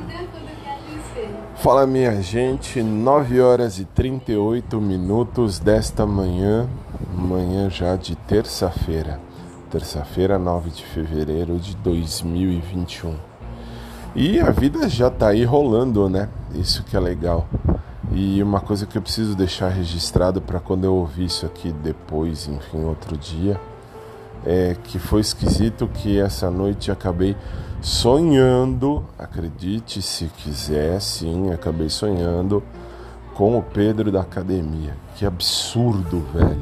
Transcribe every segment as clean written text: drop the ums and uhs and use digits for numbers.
Fala minha gente, 9 horas e 38 minutos desta manhã já de terça-feira, 9 de fevereiro de 2021. E a vida já tá aí rolando, né? Isso que é legal. E uma coisa que eu preciso deixar registrado para quando eu ouvir isso aqui depois, enfim, outro dia, é que foi esquisito que essa noite acabei sonhando, acredite se quiser, sim, acabei sonhando com o Pedro da academia. Que absurdo, velho.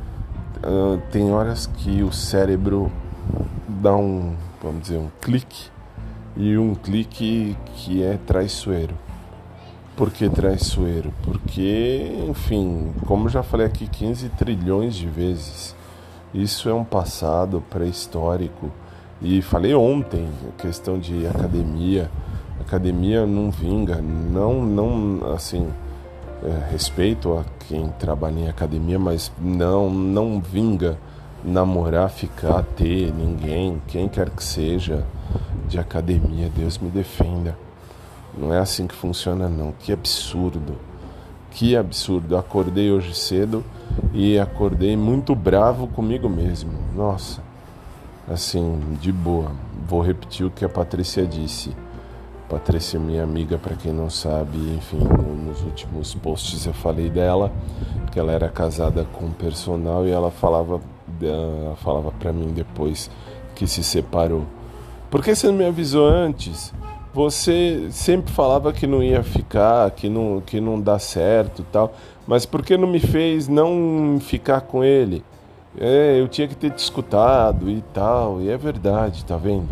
Tem horas que o cérebro dá vamos dizer, um clique, e um clique que é traiçoeiro. Por que traiçoeiro? Porque, enfim, como já falei aqui 15 trilhões de vezes, isso é um passado pré-histórico. E falei ontem, a questão de academia. Academia não vinga, não assim, respeito a quem trabalha em academia, mas não vinga namorar, ficar, ter ninguém, quem quer que seja, de academia. Deus me defenda. Não é assim que funciona, não. Que absurdo. Que absurdo. Acordei hoje cedo e acordei muito bravo comigo mesmo. Nossa. Assim, de boa. Vou repetir o que a Patrícia disse. Patrícia é minha amiga, para quem não sabe. Enfim, nos últimos posts eu falei dela, que ela era casada com um personal, e ela falava para mim depois que se separou. Por que você não me avisou antes? Você sempre falava que não ia ficar, que não dá certo e tal, mas por que não me fez não ficar com ele? Eu tinha que ter te escutado e tal, e é verdade, tá vendo?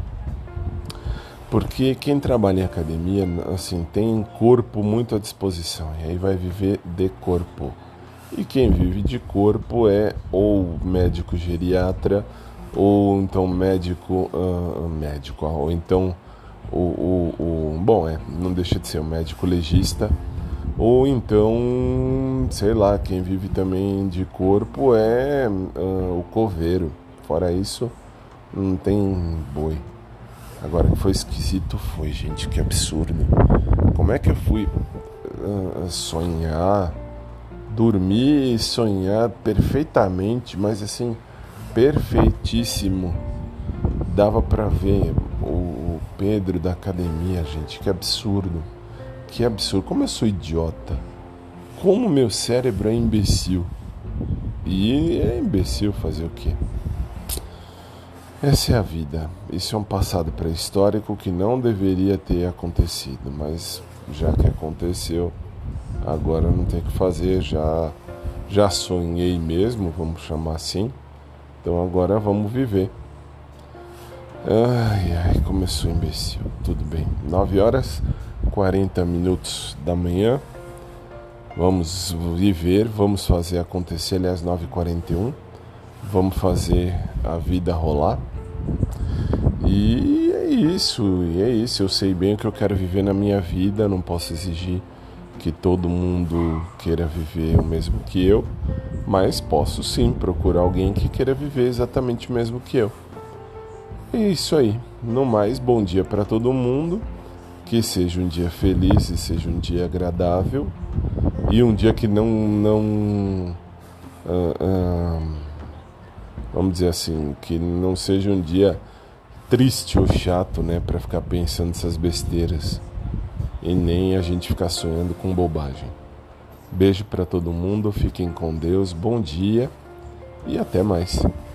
Porque quem trabalha em academia, assim, tem corpo muito à disposição, e aí vai viver de corpo. E quem vive de corpo é ou médico geriatra, ou então médico, ou então não deixa de ser um médico legista, ou então, sei lá, quem vive também de corpo é o coveiro. Fora isso, não tem boi. Agora que foi esquisito foi, gente, que absurdo. Como é que eu fui sonhar, dormir e sonhar perfeitamente, mas assim, perfeitíssimo. Dava pra ver o Pedro da academia, gente, que absurdo. Que absurdo, como eu sou idiota. Como meu cérebro é imbecil. E é imbecil fazer o quê? Essa é a vida. Isso é um passado pré-histórico que não deveria ter acontecido, mas já que aconteceu, agora não tem o que fazer. Já sonhei mesmo, vamos chamar assim. Então agora vamos viver. Ai, como eu sou imbecil. Tudo bem. 9 horas 40 minutos da manhã. Vamos viver, vamos fazer acontecer. Aliás, 9h41. Vamos fazer a vida rolar. E é isso. Eu sei bem o que eu quero viver na minha vida. Não posso exigir que todo mundo queira viver o mesmo que eu, mas posso sim procurar alguém que queira viver exatamente o mesmo que eu. É isso aí. No mais, bom dia para todo mundo. Que seja um dia feliz e seja um dia agradável. E um dia que vamos dizer assim, que não seja um dia triste ou chato, né? Para ficar pensando essas besteiras. E nem a gente ficar sonhando com bobagem. Beijo para todo mundo. Fiquem com Deus. Bom dia. E até mais.